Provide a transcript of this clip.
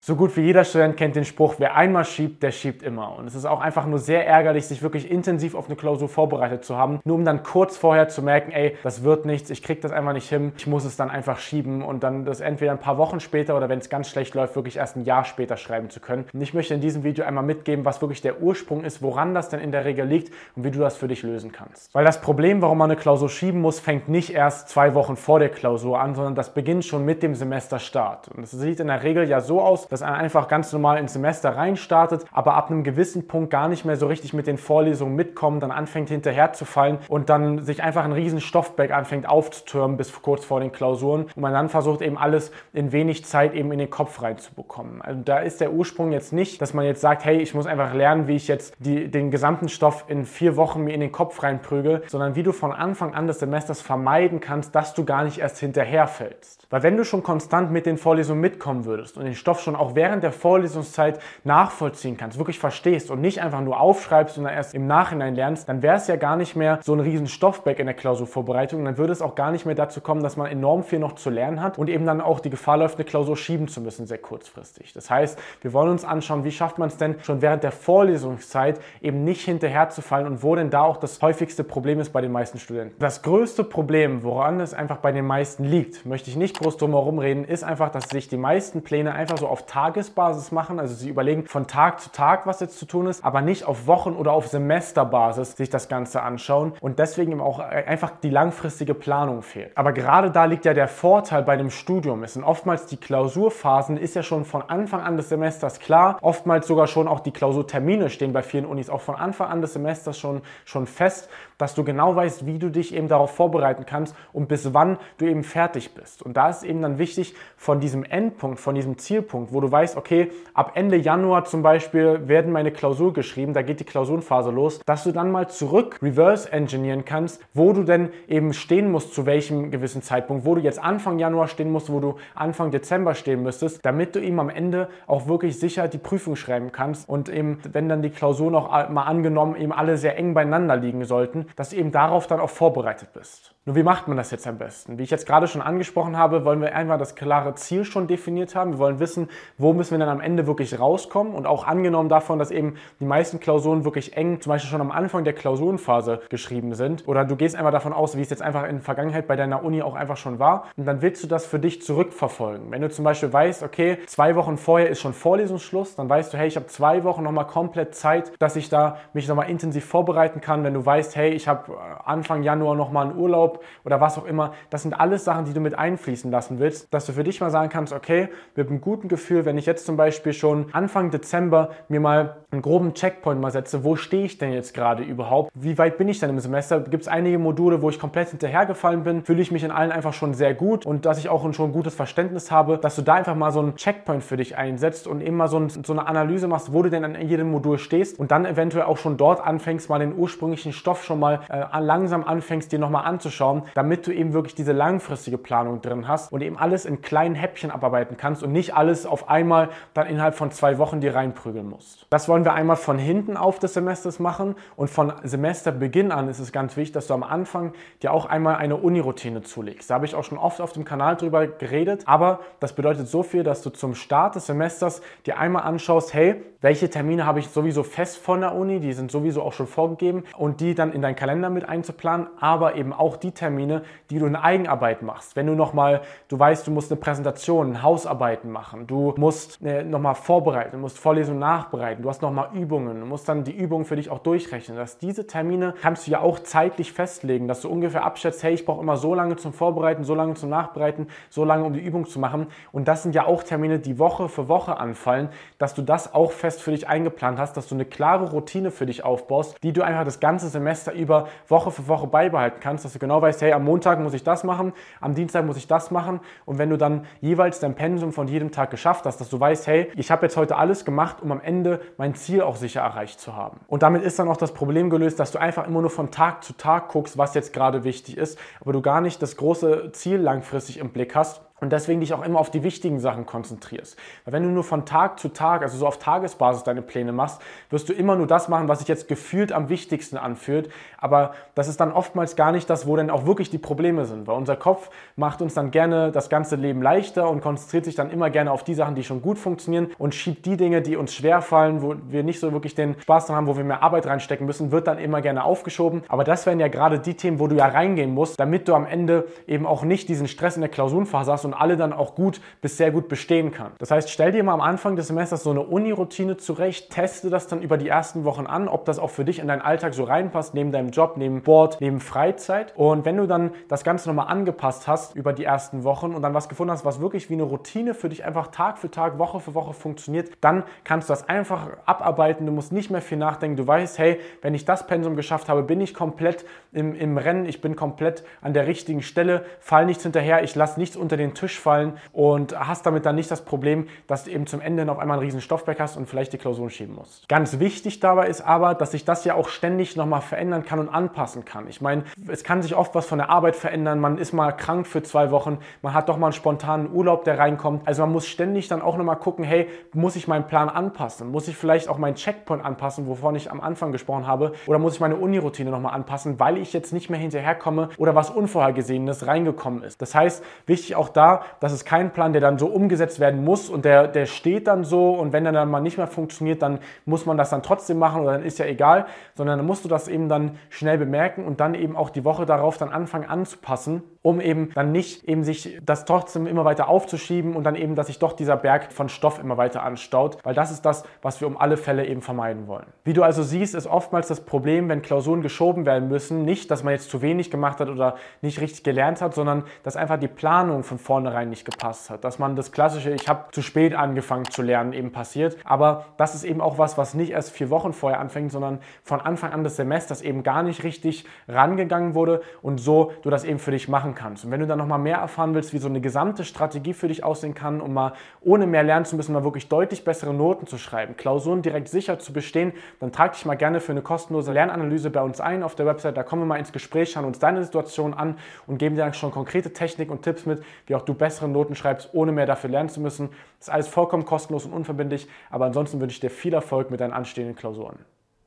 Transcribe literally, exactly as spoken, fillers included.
So gut wie jeder Student kennt den Spruch, wer einmal schiebt, der schiebt immer. Und es ist auch einfach nur sehr ärgerlich, sich wirklich intensiv auf eine Klausur vorbereitet zu haben, nur um dann kurz vorher zu merken, ey, das wird nichts, ich krieg das einfach nicht hin, ich muss es dann einfach schieben und dann das entweder ein paar Wochen später oder wenn es ganz schlecht läuft, wirklich erst ein Jahr später schreiben zu können. Und ich möchte in diesem Video einmal mitgeben, was wirklich der Ursprung ist, woran das denn in der Regel liegt und wie du das für dich lösen kannst. Weil das Problem, warum man eine Klausur schieben muss, fängt nicht erst zwei Wochen vor der Klausur an, sondern das beginnt schon mit dem Semesterstart. Und das sieht in der Regel ja so aus, dass er einfach ganz normal ins Semester reinstartet, aber ab einem gewissen Punkt gar nicht mehr so richtig mit den Vorlesungen mitkommt, dann anfängt hinterher zu fallen und dann sich einfach ein riesen Stoffberg anfängt aufzutürmen bis kurz vor den Klausuren und man dann versucht eben alles in wenig Zeit eben in den Kopf reinzubekommen. Also da ist der Ursprung jetzt nicht, dass man jetzt sagt, hey, ich muss einfach lernen, wie ich jetzt die, den gesamten Stoff in vier Wochen mir in den Kopf reinprügel, sondern wie du von Anfang an des Semesters vermeiden kannst, dass du gar nicht erst hinterherfällst. Weil wenn du schon konstant mit den Vorlesungen mitkommen würdest und den Stoff schon auch während der Vorlesungszeit nachvollziehen kannst, wirklich verstehst und nicht einfach nur aufschreibst und dann erst im Nachhinein lernst, dann wäre es ja gar nicht mehr so ein riesen Stoffberg in der Klausurvorbereitung und dann würde es auch gar nicht mehr dazu kommen, dass man enorm viel noch zu lernen hat und eben dann auch die Gefahr läuft, eine Klausur schieben zu müssen, sehr kurzfristig. Das heißt, wir wollen uns anschauen, wie schafft man es denn schon während der Vorlesungszeit eben nicht hinterherzufallen und wo denn da auch das häufigste Problem ist bei den meisten Studenten. Das größte Problem, woran es einfach bei den meisten liegt, möchte ich nicht groß drum herum reden, ist einfach, dass sich die meisten Pläne einfach so auf Tagesbasis machen, also sie überlegen von Tag zu Tag, was jetzt zu tun ist, aber nicht auf Wochen- oder auf Semesterbasis sich das Ganze anschauen und deswegen eben auch einfach die langfristige Planung fehlt. Aber gerade da liegt ja der Vorteil bei dem Studium. Es sind oftmals die Klausurphasen, ist ja schon von Anfang an des Semesters klar, oftmals sogar schon auch die Klausurtermine stehen bei vielen Unis auch von Anfang an des Semesters schon, schon fest, dass du genau weißt, wie du dich eben darauf vorbereiten kannst und bis wann du eben fertig bist. Und da ist eben dann wichtig, von diesem Endpunkt, von diesem Zielpunkt, wo du weißt, okay, ab Ende Januar zum Beispiel werden meine Klausur geschrieben, da geht die Klausurenphase los, dass du dann mal zurück reverse engineeren kannst, wo du denn eben stehen musst, zu welchem gewissen Zeitpunkt, wo du jetzt Anfang Januar stehen musst, wo du Anfang Dezember stehen müsstest, damit du eben am Ende auch wirklich sicher die Prüfung schreiben kannst und eben, wenn dann die Klausuren auch mal angenommen eben alle sehr eng beieinander liegen sollten, dass du eben darauf dann auch vorbereitet bist. Nur wie macht man das jetzt am besten? Wie ich jetzt gerade schon angesprochen habe, wollen wir einmal das klare Ziel schon definiert haben. Wir wollen wissen, wo müssen wir dann am Ende wirklich rauskommen und auch angenommen davon, dass eben die meisten Klausuren wirklich eng, zum Beispiel schon am Anfang der Klausurenphase geschrieben sind oder du gehst einfach davon aus, wie es jetzt einfach in der Vergangenheit bei deiner Uni auch einfach schon war und dann willst du das für dich zurückverfolgen. Wenn du zum Beispiel weißt, okay, zwei Wochen vorher ist schon Vorlesungsschluss, dann weißt du, hey, ich habe zwei Wochen nochmal komplett Zeit, dass ich da mich nochmal intensiv vorbereiten kann. Wenn du weißt, hey, ich habe Anfang Januar nochmal einen Urlaub oder was auch immer, das sind alles Sachen, die du mit einfließen lassen willst, dass du für dich mal sagen kannst, okay, mit einem guten Gefühl, wenn ich jetzt zum Beispiel schon Anfang Dezember mir mal einen groben Checkpoint mal setze, wo stehe ich denn jetzt gerade überhaupt, wie weit bin ich denn im Semester, gibt es einige Module, wo ich komplett hinterhergefallen bin, fühle ich mich in allen einfach schon sehr gut und dass ich auch schon ein gutes Verständnis habe, dass du da einfach mal so einen Checkpoint für dich einsetzt und eben mal so, ein, so eine Analyse machst, wo du denn an jedem Modul stehst und dann eventuell auch schon dort anfängst, mal den ursprünglichen Stoff schon mal äh, langsam anfängst, dir nochmal anzuschauen, damit du eben wirklich diese langfristige Planung drin hast und eben alles in kleinen Häppchen abarbeiten kannst und nicht alles auf einmal dann innerhalb von zwei Wochen dir reinprügeln musst. Das wollen wir einmal von hinten auf des Semesters machen und von Semesterbeginn an ist es ganz wichtig, dass du am Anfang dir auch einmal eine Uni-Routine zulegst. Da habe ich auch schon oft auf dem Kanal drüber geredet, aber das bedeutet so viel, dass du zum Start des Semesters dir einmal anschaust, hey, welche Termine habe ich sowieso fest von der Uni, die sind sowieso auch schon vorgegeben und die dann in deinen Kalender mit einzuplanen, aber eben auch die Termine, die du in Eigenarbeit machst. Wenn du nochmal, du weißt, du musst eine Präsentation, Hausarbeiten machen, du musst äh, nochmal vorbereiten, du musst Vorlesungen nachbereiten, du hast nochmal Übungen, du musst dann die Übungen für dich auch durchrechnen. Dass diese Termine kannst du ja auch zeitlich festlegen, dass du ungefähr abschätzt, hey, ich brauche immer so lange zum Vorbereiten, so lange zum Nachbereiten, so lange, um die Übung zu machen. Und das sind ja auch Termine, die Woche für Woche anfallen, dass du das auch fest für dich eingeplant hast, dass du eine klare Routine für dich aufbaust, die du einfach das ganze Semester über Woche für Woche beibehalten kannst, dass du genau weißt, hey, am Montag muss ich das machen, am Dienstag muss ich das machen und wenn du dann jeweils dein Pensum von jedem Tag geschafft hast, dass du weißt, hey, ich habe jetzt heute alles gemacht, um am Ende mein Ziel auch sicher erreicht zu haben. Und damit ist dann auch das Problem gelöst, dass du einfach immer nur von Tag zu Tag guckst, was jetzt gerade wichtig ist, aber du gar nicht das große Ziel langfristig im Blick hast. und deswegen dich auch immer auf die wichtigen Sachen konzentrierst. Weil wenn du nur von Tag zu Tag, also so auf Tagesbasis deine Pläne machst, wirst du immer nur das machen, was sich jetzt gefühlt am wichtigsten anfühlt. Aber das ist dann oftmals gar nicht das, wo dann auch wirklich die Probleme sind. Weil unser Kopf macht uns dann gerne das ganze Leben leichter und konzentriert sich dann immer gerne auf die Sachen, die schon gut funktionieren und schiebt die Dinge, die uns schwerfallen, wo wir nicht so wirklich den Spaß dran haben, wo wir mehr Arbeit reinstecken müssen, wird dann immer gerne aufgeschoben. Aber das wären ja gerade die Themen, wo du ja reingehen musst, damit du am Ende eben auch nicht diesen Stress in der Klausurenphase hast und alle dann auch gut bis sehr gut bestehen kann. Das heißt, stell dir mal am Anfang des Semesters so eine Uni-Routine zurecht, teste das dann über die ersten Wochen an, ob das auch für dich in deinen Alltag so reinpasst, neben deinem Job, neben Sport, neben Freizeit. Und wenn du dann das Ganze nochmal angepasst hast über die ersten Wochen und dann was gefunden hast, was wirklich wie eine Routine für dich einfach Tag für Tag, Woche für Woche funktioniert, dann kannst du das einfach abarbeiten. Du musst nicht mehr viel nachdenken. Du weißt, hey, wenn ich das Pensum geschafft habe, bin ich komplett im, im Rennen, ich bin komplett an der richtigen Stelle, fall nichts hinterher, ich lasse nichts unter den Tisch fallen und hast damit dann nicht das Problem, dass du eben zum Ende noch einmal einen riesen Stoffberg hast und vielleicht die Klausuren schieben musst. Ganz wichtig dabei ist aber, dass sich das ja auch ständig nochmal verändern kann und anpassen kann. Ich meine, es kann sich oft was von der Arbeit verändern, man ist mal krank für zwei Wochen, man hat doch mal einen spontanen Urlaub, der reinkommt. Also man muss ständig dann auch nochmal gucken, hey, muss ich meinen Plan anpassen? Muss ich vielleicht auch meinen Checkpoint anpassen, wovon ich am Anfang gesprochen habe? Oder muss ich meine Uni-Routine nochmal anpassen, weil ich jetzt nicht mehr hinterherkomme oder was Unvorhergesehenes reingekommen ist? Das heißt, wichtig auch da, dass es kein Plan, der dann so umgesetzt werden muss und der, der steht dann so und wenn der dann mal nicht mehr funktioniert, dann muss man das dann trotzdem machen oder dann ist ja egal, sondern dann musst du das eben dann schnell bemerken und dann eben auch die Woche darauf dann anfangen anzupassen, um eben dann nicht eben sich das trotzdem immer weiter aufzuschieben und dann eben, dass sich doch dieser Berg von Stoff immer weiter anstaut, weil das ist das, was wir um alle Fälle eben vermeiden wollen. Wie du also siehst, ist oftmals das Problem, wenn Klausuren geschoben werden müssen, nicht, dass man jetzt zu wenig gemacht hat oder nicht richtig gelernt hat, sondern dass einfach die Planung von vornherein nicht gepasst hat, dass man das klassische, ich habe zu spät angefangen zu lernen, eben passiert, aber das ist eben auch was, was nicht erst vier Wochen vorher anfängt, sondern von Anfang an des Semesters eben gar nicht richtig rangegangen wurde und so du das eben für dich machen kannst. Und wenn du dann nochmal mehr erfahren willst, wie so eine gesamte Strategie für dich aussehen kann, um mal ohne mehr lernen zu müssen, mal wirklich deutlich bessere Noten zu schreiben, Klausuren direkt sicher zu bestehen, dann trag dich mal gerne für eine kostenlose Lernanalyse bei uns ein auf der Website. Da kommen wir mal ins Gespräch, schauen uns deine Situation an und geben dir dann schon konkrete Technik und Tipps mit, wie auch du bessere Noten schreibst, ohne mehr dafür lernen zu müssen. Das ist alles vollkommen kostenlos und unverbindlich, aber ansonsten wünsche ich dir viel Erfolg mit deinen anstehenden Klausuren.